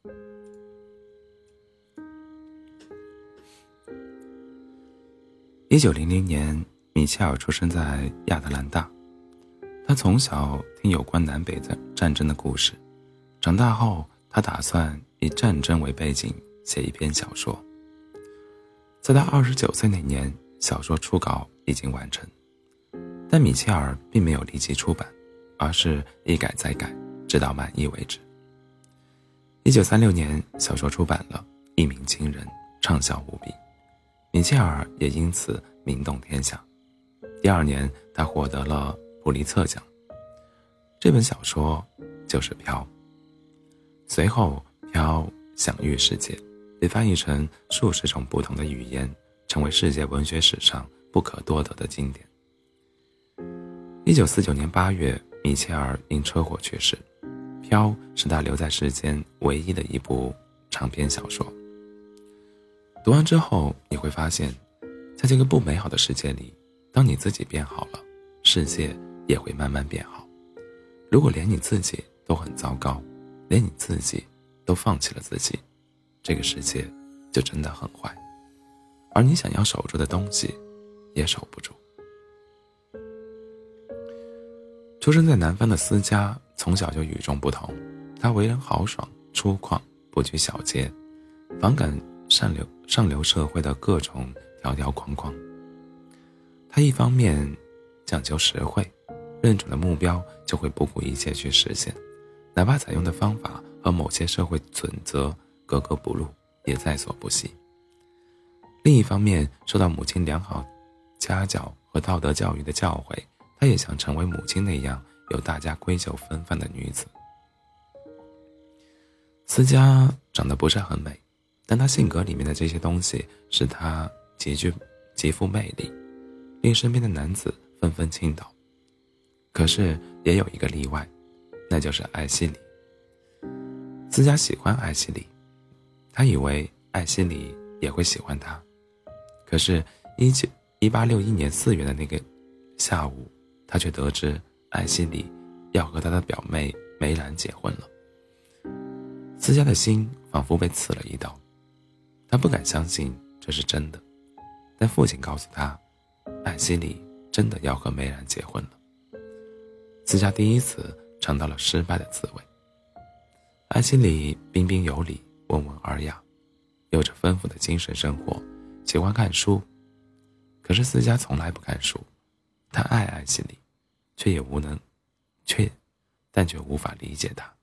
1900年，米切尔出生在亚特兰大。他从小听有关南北战争的故事，长大后他打算以战争为背景写一篇小说。在他29岁那年，小说初稿已经完成，但米切尔并没有立即出版，而是一改再改，直到满意为止。1936年，小说出版了，一鸣惊人，畅销无比，米切尔也因此名动天下。第二年，他获得了普利策奖。这本小说就是《飘》。随后，《飘》享誉世界，被翻译成数十种不同的语言，成为世界文学史上不可多得的经典。1949年8月，米切尔因车祸去世，《飘》是他留在世间唯一的一部长篇小说。读完之后，你会发现，在这个不美好的世界里，当你自己变好了，世界也会慢慢变好。如果连你自己都很糟糕，连你自己都放弃了自己，这个世界就真的很坏，而你想要守住的东西也守不住。出生在南方的思嘉从小就与众不同，他为人豪爽粗犷，不拘小节，反感上流社会的各种条条框框。他一方面讲究实惠，认准了目标就会不顾一切去实现，哪怕采用的方法和某些社会准则格格不入，也在所不惜。另一方面，受到母亲良好家教和道德教育的教诲，他也想成为母亲那样有大家闺秀风范的女子。思嘉长得不是很美，但她性格里面的这些东西使她极富魅力，令身边的男子纷纷倾倒。可是也有一个例外，那就是艾希里。思嘉喜欢艾希里，他以为艾希里也会喜欢他。可是1861年4月的那个下午，他却得知艾希里要和他的表妹梅兰结婚了。思嘉的心仿佛被刺了一刀，他不敢相信这是真的，但父亲告诉他，艾希里真的要和梅兰结婚了。思嘉第一次尝到了失败的滋味。艾希里彬彬有礼，温文尔雅，有着丰富的精神生活，喜欢看书。可是思嘉从来不看书，他爱艾希里，却无法理解他。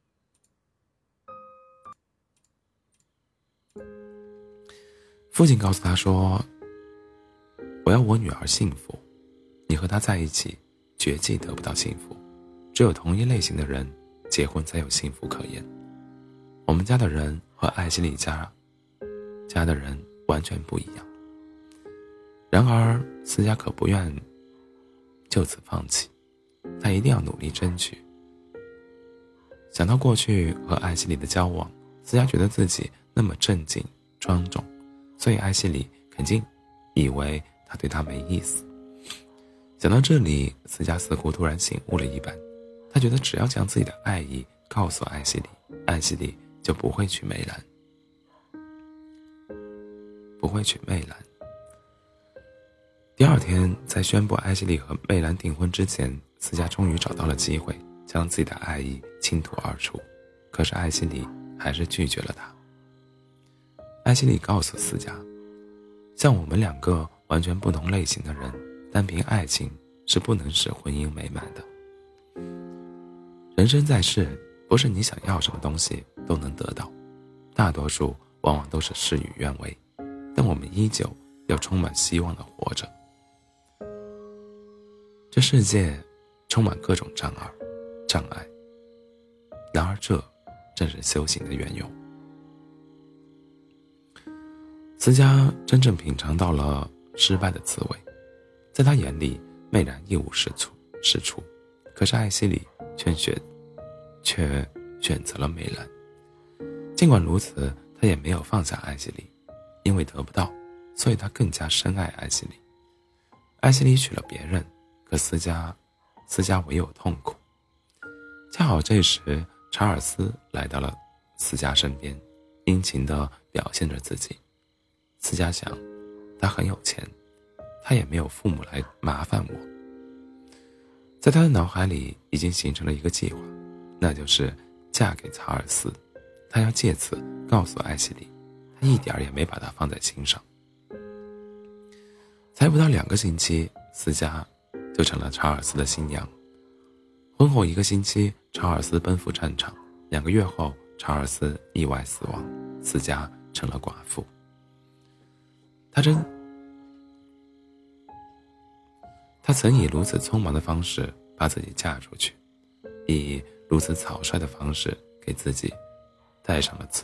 父亲告诉他说，我要我女儿幸福，你和她在一起绝技得不到幸福，只有同一类型的人结婚才有幸福可言。我们家的人和艾希里家的人完全不一样。然而思嘉可不愿就此放弃，他一定要努力争取。想到过去和艾希里的交往，思嘉觉得自己那么正经庄重，所以艾希里肯定以为他对他没意思。想到这里，思嘉似乎突然醒悟了一般，他觉得只要将自己的爱意告诉艾希里，艾希里就不会娶梅兰。第二天，在宣布艾希里和梅兰订婚之前，思嘉终于找到了机会，将自己的爱意倾吐而出。可是艾希里还是拒绝了他。艾希里告诉思嘉，像我们两个完全不同类型的人，单凭爱情是不能使婚姻美满的。人生在世，不是你想要什么东西都能得到，大多数往往都是事与愿违，但我们依旧要充满希望地活着。这世界充满各种障碍，然而这正是修行的缘由。思嘉真正品尝到了失败的滋味，在他眼里，梅兰一无是处，可是艾希里却选择了梅兰。尽管如此，他也没有放下艾希里，因为得不到，所以他更加深爱艾希里。艾希里娶了别人，可思嘉唯有痛苦。恰好这时查尔斯来到了思佳身边，殷勤地表现着自己。思佳想，他很有钱，他也没有父母来麻烦我。在他的脑海里已经形成了一个计划，那就是嫁给查尔斯。他要借此告诉艾希莉，他一点也没把他放在心上。才不到2个星期，思佳就成了查尔斯的新娘。婚后1个星期，查尔斯奔赴战场，2个月后，查尔斯意外死亡，思佳成了寡妇。她曾以如此匆忙的方式把自己嫁出去，以如此草率的方式给自己带上了刺。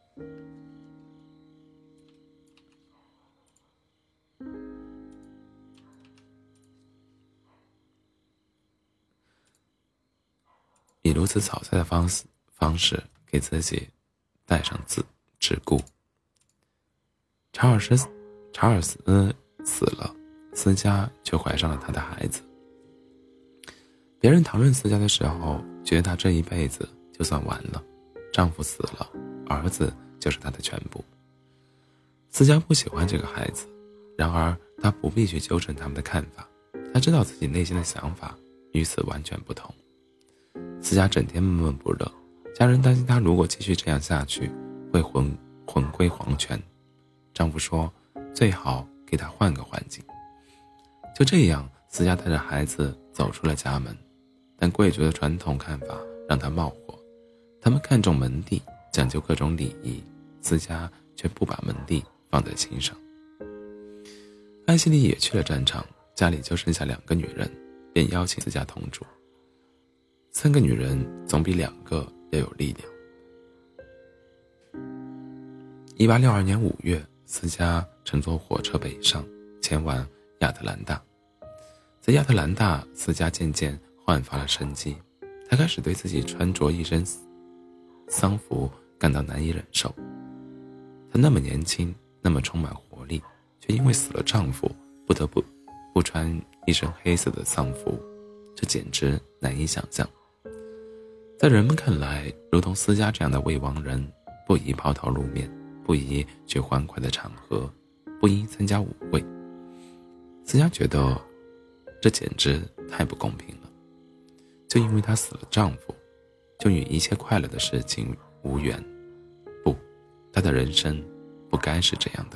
以如此草率的方式给自己带上桎梏。查尔斯死了，思佳却怀上了他的孩子。别人谈论思佳的时候，觉得她这一辈子就算完了，丈夫死了，儿子就是她的全部。思佳不喜欢这个孩子，然而她不必去纠正他们的看法，她知道自己内心的想法与此完全不同。思佳整天闷闷不乐，家人担心她如果继续这样下去，会魂归黄泉。丈夫说，最好给她换个环境。就这样，思佳带着孩子走出了家门，但贵族的传统看法让她冒火。他们看重门第，讲究各种礼仪，思佳却不把门第放在心上。艾希莉也去了战场，家里就剩下2个女人，便邀请思佳同住。3个女人总比2个要有力量。1862年5月，思佳乘坐火车北上，前往亚特兰大。在亚特兰大，思佳渐渐焕发了生机，她开始对自己穿着一身丧服感到难以忍受。她那么年轻，那么充满活力，却因为死了丈夫，不得不穿一身黑色的丧服，这简直难以想象。在人们看来，如同思佳这样的未亡人，不宜抛头露面，不宜去欢快的场合，不应参加舞会。思佳觉得这简直太不公平了，就因为她死了丈夫，就与一切快乐的事情无缘。不，她的人生不该是这样的。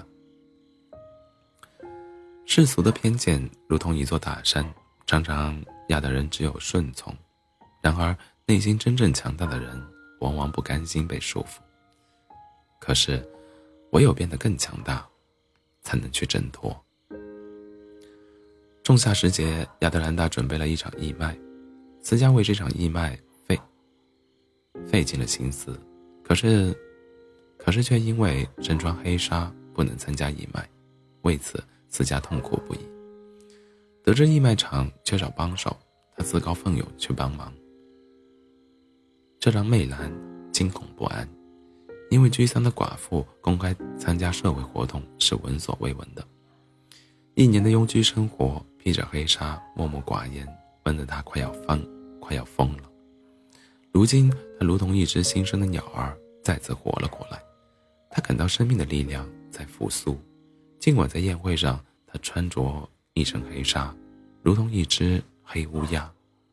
世俗的偏见如同一座大山，常常压得人只有顺从。然而内心真正强大的人往往不甘心被束缚。可是唯有变得更强大，才能去挣脱。仲夏时节，亚特兰大准备了一场义卖，思佳为这场义卖费尽了心思，可是却因为身穿黑纱不能参加义卖，为此思佳痛苦不已。得知义卖场缺少帮手，他自告奋勇去帮忙，这让媚兰惊恐不安，因为居丧的寡妇公开参加社会活动是闻所未闻的。1年的庸居生活，披着黑纱，默默寡言，闷得他快要疯了。如今他如同一只新生的鸟儿再次活了过来，他感到生命的力量在复苏。尽管在宴会上他穿着一身黑纱，如同一只黑乌鸦。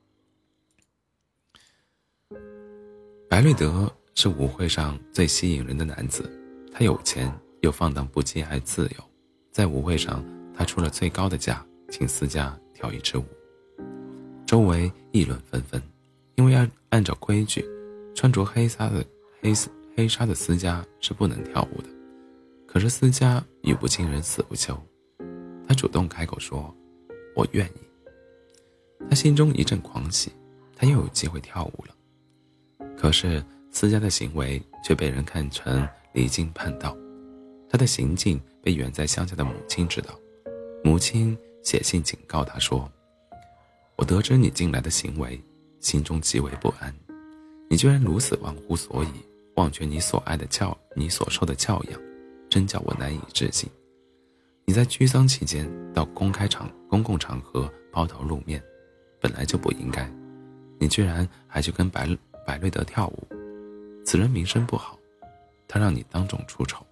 白瑞德是舞会上最吸引人的男子，他有钱又放荡不羁爱自由。在舞会上，他出了最高的价，请思佳跳一支舞。周围议论纷纷，因为按照规矩，穿着黑纱的思佳是不能跳舞的。可是思佳语不惊人死不休，他主动开口说，我愿意。他心中一阵狂喜，他又有机会跳舞了。可是思佳的行为却被人看成离经叛道，他的行径被远在乡下的母亲知道。母亲写信警告他说，我得知你近来的行为，心中极为不安。你居然如此忘乎所以，忘却你所受的教养，真叫我难以置信。你在居丧期间到公共场合抛头露面，本来就不应该，你居然还去跟白瑞德跳舞， 此人名声不好，他让你当众出丑。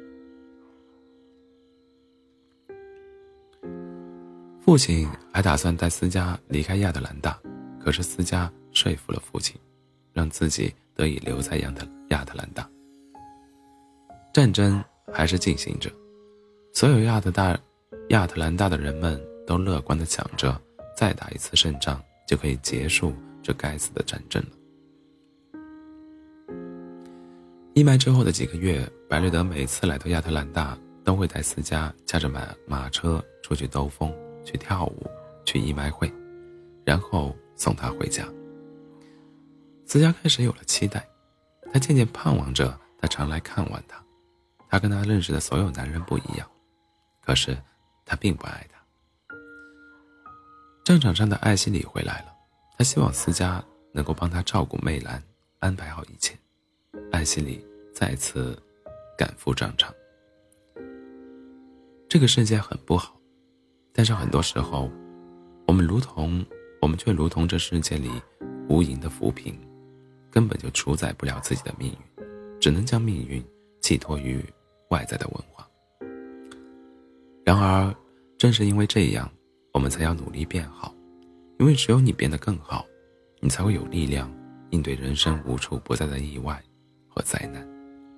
父亲还打算带思嘉离开亚特兰大，可是思嘉说服了父亲，让自己得以留在亚特兰大。战争还是进行着，所有亚特兰大的人们都乐观地想着，再打一次胜仗就可以结束这该死的战争了。义卖之后的几个月，白瑞德每次来到亚特兰大，都会带思嘉驾着马车出去兜风，去跳舞，去义卖会，然后送他回家。思嘉开始有了期待，他渐渐盼望着他常来看望他。他跟他认识的所有男人不一样，可是他并不爱他。战场上的艾希里回来了，他希望思嘉能够帮他照顾媚兰，安排好一切。艾希里再次赶赴战场。这个世界很不好，但是很多时候我们却如同这世界里无垠的浮萍，根本就主宰不了自己的命运，只能将命运寄托于外在的文化。然而正是因为这样，我们才要努力变好，因为只有你变得更好，你才会有力量应对人生无处不在的意外和灾难。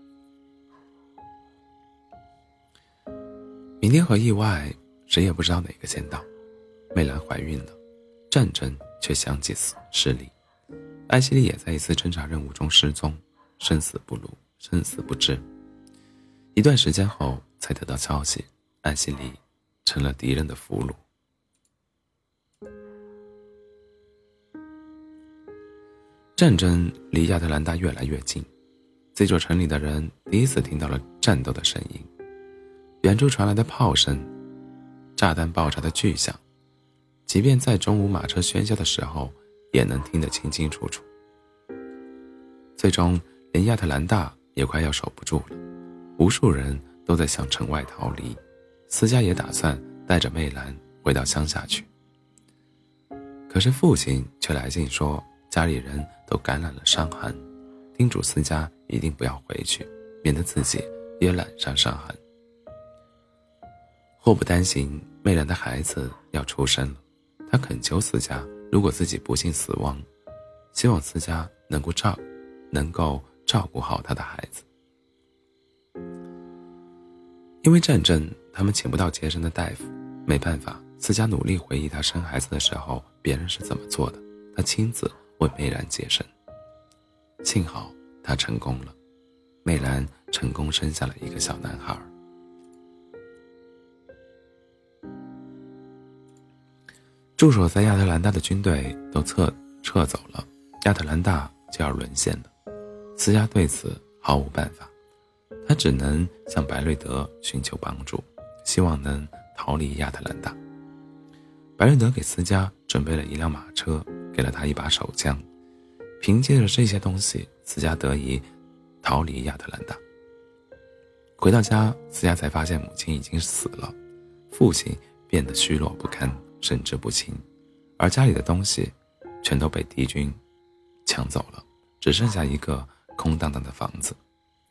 明天和意外谁也不知道哪个先到。媚兰怀孕了，战争却相继失利，艾希莉也在一次侦察任务中失踪，生死不知。一段时间后才得到消息，艾希莉成了敌人的俘虏。战争离亚特兰大越来越近，这座城里的人第一次听到了战斗的声音，远处传来的炮声，炸弹爆炸的巨响，即便在中午马车喧嚣的时候，也能听得清清楚楚。最终连亚特兰大也快要守不住了，无数人都在向城外逃离，思嘉也打算带着媚兰回到乡下去。可是父亲却来信说，家里人都感染了伤寒，叮嘱思嘉一定不要回去，免得自己也染上伤寒。祸不单行，媚兰的孩子要出生了，他恳求思嘉，如果自己不幸死亡，希望思嘉能够照顾好他的孩子。因为战争，他们请不到接生的大夫，没办法，思嘉努力回忆他生孩子的时候别人是怎么做的，他亲自为媚兰接生。幸好他成功了，媚兰成功生下了一个小男孩。驻守在亚特兰大的军队都撤走了，亚特兰大就要沦陷了。思嘉对此毫无办法，他只能向白瑞德寻求帮助，希望能逃离亚特兰大。白瑞德给思嘉准备了一辆马车，给了他一把手枪，凭借着这些东西，思嘉得以逃离亚特兰大。回到家，思嘉才发现母亲已经死了，父亲变得虚弱不堪，神志不清，而家里的东西全都被敌军抢走了，只剩下一个空荡荡的房子。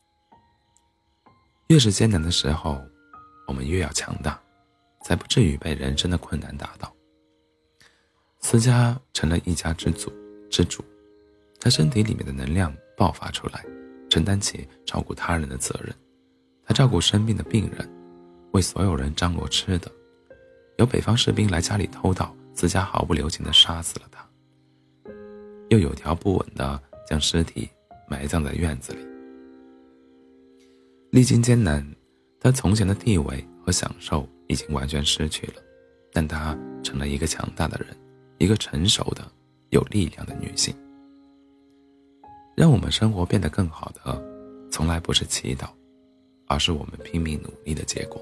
越是艰难的时候，我们越要强大，才不至于被人生的困难打倒。思嘉成了一家之主，他身体里面的能量爆发出来，承担起照顾他人的责任。他照顾生病的病人，为所有人张罗吃的。有北方士兵来家里偷盗，思嘉毫不留情地杀死了他，又有条不紊地将尸体埋葬在院子里。历经艰难，他从前的地位和享受已经完全失去了，但他成了一个强大的人，一个成熟的有力量的女性。让我们生活变得更好的从来不是祈祷，而是我们拼命努力的结果。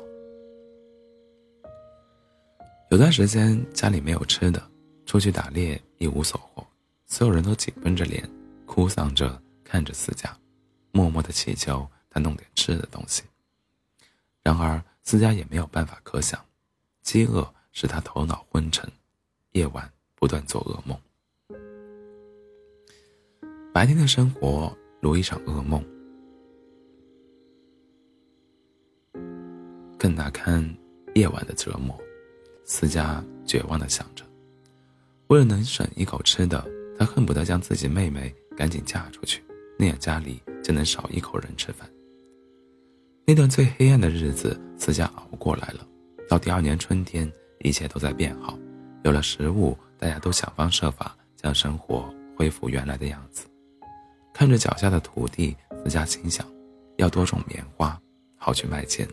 有段时间家里没有吃的，出去打猎一无所获，所有人都紧绷着脸，哭丧着看着思嘉，默默地祈求他弄点吃的东西。然而思嘉也没有办法可想，饥饿使他头脑昏沉，夜晚不断做噩梦。白天的生活如一场噩梦，更难堪夜晚的折磨。思佳绝望地想着，为了能省一口吃的，他恨不得将自己妹妹赶紧嫁出去，那样家里就能少一口人吃饭。那段最黑暗的日子，思佳熬过来了。到第2年春天，一切都在变好，有了食物，大家都想方设法将生活恢复原来的样子。看着脚下的土地，思佳心想，要多种棉花，好去卖钱。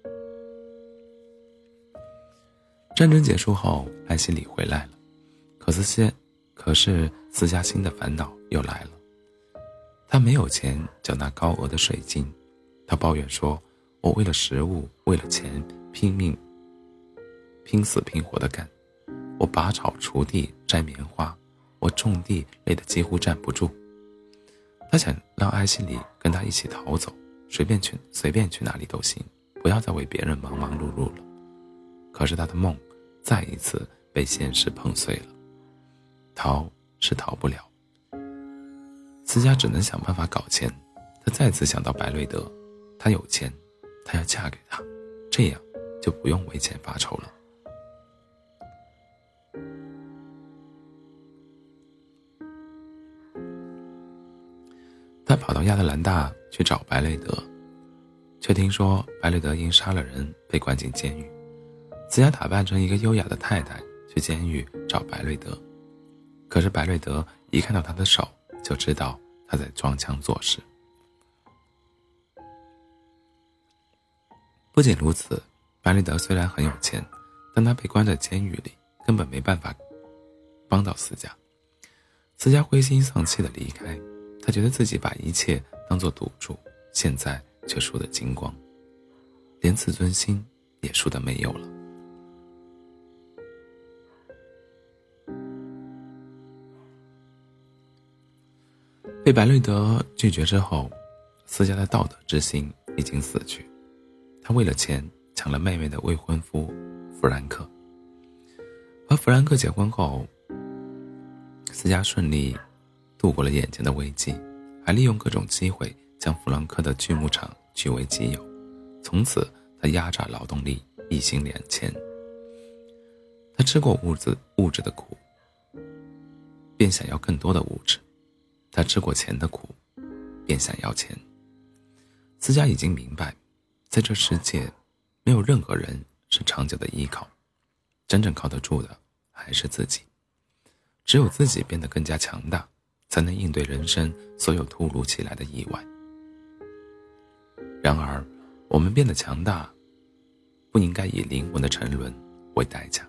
战争结束后，艾希里回来了，可是思佳新的烦恼又来了。他没有钱缴纳高额的税金，他抱怨说，我为了食物，为了钱，拼死拼活地干。我拔草锄地摘棉花，我种地累得几乎站不住。他想让艾希里跟他一起逃走，随便去哪里都行，不要再为别人忙忙碌碌了。可是他的梦再一次被现实碰碎了，逃是逃不了。思佳只能想办法搞钱。他再次想到白瑞德，他有钱，他要嫁给他，这样就不用为钱发愁了。他跑到亚特兰大去找白瑞德，却听说白瑞德因杀了人被关进监狱。思佳打扮成一个优雅的太太去监狱找白瑞德，可是白瑞德一看到他的手就知道他在装腔作势。不仅如此，白瑞德虽然很有钱，但他被关在监狱里，根本没办法帮到思佳。思佳灰心丧气地离开，他觉得自己把一切当作赌注，现在却输得精光，连自尊心也输得没有了。被白瑞德拒绝之后，思佳的道德之心已经死去。他为了钱抢了妹妹的未婚夫弗兰克。和弗兰克结婚后，思佳顺利度过了眼前的危机，还利用各种机会将弗兰克的锯木厂据为己有。从此他压榨劳动力，一心两钱。他吃过物质的苦，便想要更多的物质。他吃过钱的苦，便想要钱。思佳已经明白，在这世界没有任何人是长久的依靠，真正靠得住的还是自己。只有自己变得更加强大，才能应对人生所有突如其来的意外。然而我们变得强大，不应该以灵魂的沉沦为代价。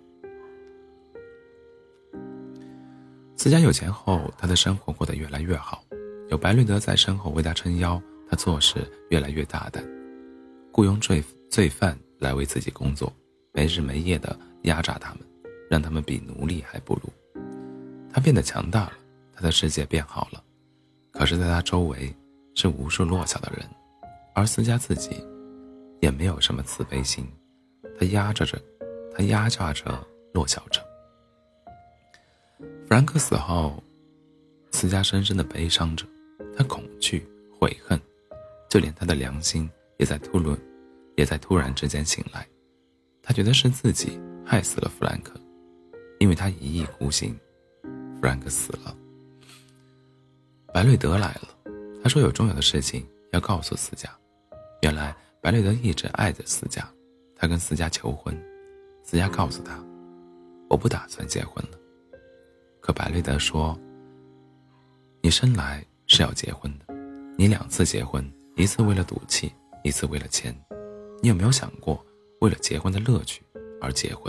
思佳有钱后，他的生活过得越来越好，有白瑞德在身后为他撑腰，他做事越来越大胆，雇佣罪犯来为自己工作，没日没夜地压榨他们，让他们比奴隶还不如。他变得强大了，他的世界变好了，可是在他周围是无数弱小的人，而思佳自己也没有什么慈悲心，他压榨着弱小者。弗兰克死后，思佳深深地悲伤着，他恐惧、悔恨，就连他的良心也在突然之间醒来。他觉得是自己害死了弗兰克，因为他一意孤行，弗兰克死了。白瑞德来了，他说有重要的事情要告诉思佳。原来白瑞德一直爱着思佳，他跟思佳求婚，思佳告诉他，我不打算结婚了。可白瑞德说，你生来是要结婚的，你2次结婚，一次为了赌气，一次为了钱，你有没有想过为了结婚的乐趣而结婚？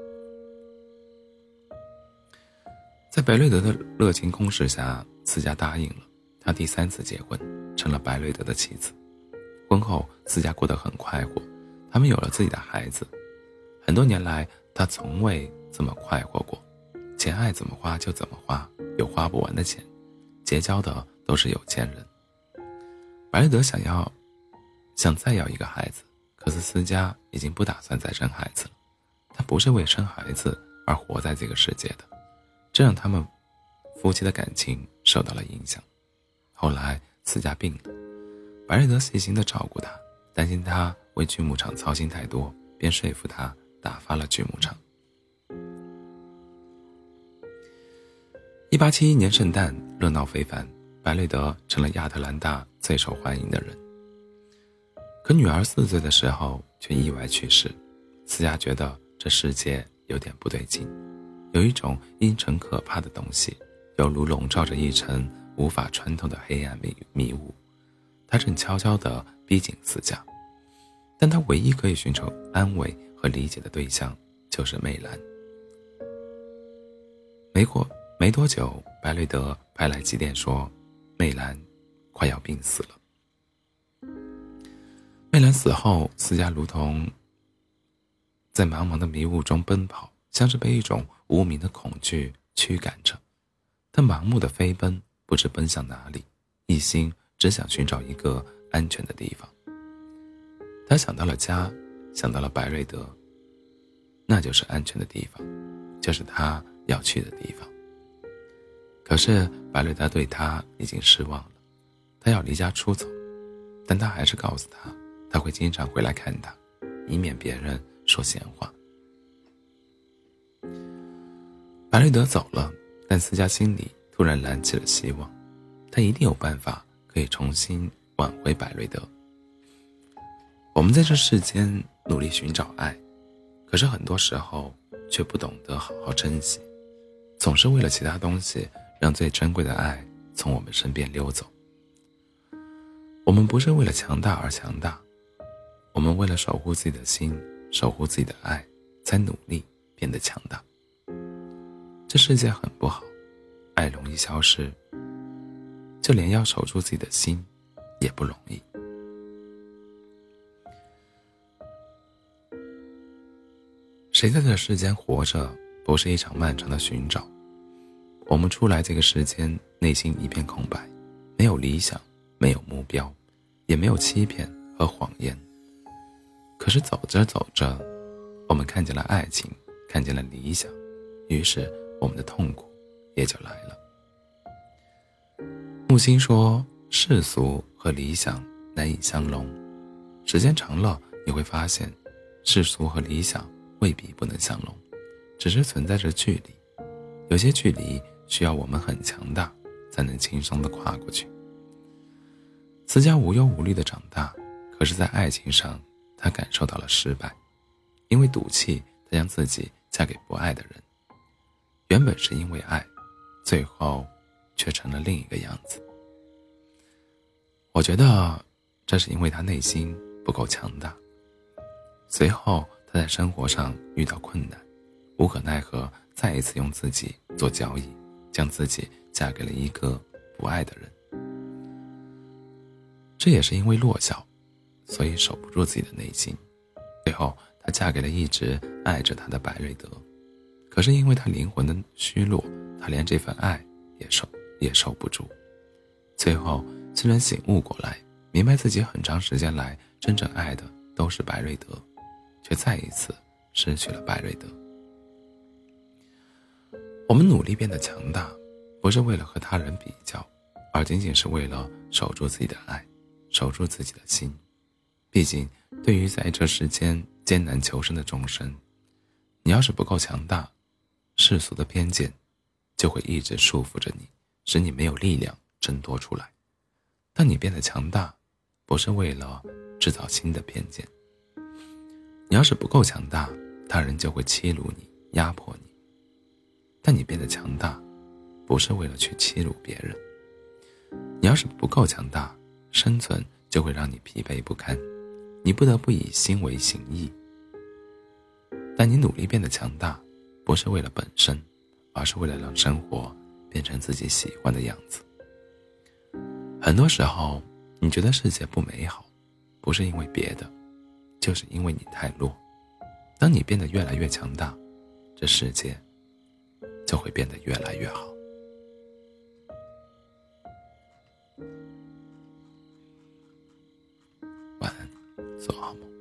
在白瑞德的热情攻势下，思佳答应了，他第3次结婚，成了白瑞德的妻子。婚后思佳过得很快活，他们有了自己的孩子。很多年来，他从未这么快活过，钱爱怎么花就怎么花，有花不完的钱，结交的都是有钱人。白瑞德想再要一个孩子，可是思佳已经不打算再生孩子了。他不是为生孩子而活在这个世界的，这让他们夫妻的感情受到了影响。后来思佳病了，白瑞德细心地照顾他，担心他为锯木厂操心太多，便说服他打发了锯木厂。1871年圣诞热闹非凡，白瑞德成了亚特兰大最受欢迎的人。可女儿4岁的时候却意外去世，思佳觉得这世界有点不对劲，有一种阴沉可怕的东西，犹如笼罩着一层无法穿透的黑暗迷雾，他正悄悄地逼近思佳，但他唯一可以寻求安慰和理解的对象就是媚兰。没多久，白瑞德派来急电说，媚兰快要病死了。媚兰死后，思佳如同在茫茫的迷雾中奔跑，像是被一种无名的恐惧驱赶着。他盲目的飞奔，不知奔向哪里，一心只想寻找一个安全的地方。他想到了家，想到了白瑞德，那就是安全的地方，就是他要去的地方。可是白瑞德对他已经失望了，他要离家出走，但他还是告诉他会经常回来看他，以免别人说闲话。白瑞德走了，但思佳心里突然燃起了希望，他一定有办法可以重新挽回白瑞德。我们在这世间努力寻找爱，可是很多时候却不懂得好好珍惜，总是为了其他东西让最珍贵的爱从我们身边溜走。我们不是为了强大而强大，我们为了守护自己的心，守护自己的爱，才努力变得强大。这世界很不好，爱容易消失，就连要守住自己的心也不容易。谁在这世间活着，不是一场漫长的寻找？我们出来这个世间，内心一片空白，没有理想，没有目标，也没有欺骗和谎言。可是走着走着，我们看见了爱情，看见了理想，于是我们的痛苦也就来了。木心说，世俗和理想难以相容，时间长了，你会发现世俗和理想未必不能相容，只是存在着距离，有些距离需要我们很强大才能轻松地跨过去。思佳无忧无虑地长大，可是在爱情上她感受到了失败，因为赌气，她将自己嫁给不爱的人，原本是因为爱，最后却成了另一个样子。我觉得这是因为她内心不够强大。随后她在生活上遇到困难，无可奈何，再一次用自己做交易，将自己嫁给了一个不爱的人。这也是因为弱小，所以守不住自己的内心。最后她嫁给了一直爱着她的白瑞德，可是因为她灵魂的虚弱，她连这份爱也受不住。最后虽然醒悟过来，明白自己很长时间来真正爱的都是白瑞德，却再一次失去了白瑞德。我们努力变得强大，不是为了和他人比较，而仅仅是为了守住自己的爱，守住自己的心。毕竟对于在这世间艰难求生的众生，你要是不够强大，世俗的偏见就会一直束缚着你，使你没有力量挣脱出来。但你变得强大，不是为了制造新的偏见。你要是不够强大，他人就会欺辱你，压迫你。但你变得强大，不是为了去欺辱别人。你要是不够强大，生存就会让你疲惫不堪，你不得不以心为形役。但你努力变得强大，不是为了本身，而是为了让生活变成自己喜欢的样子。很多时候，你觉得世界不美好，不是因为别的，就是因为你太弱。当你变得越来越强大，这世界就会变得越来越好。晚安，做好梦。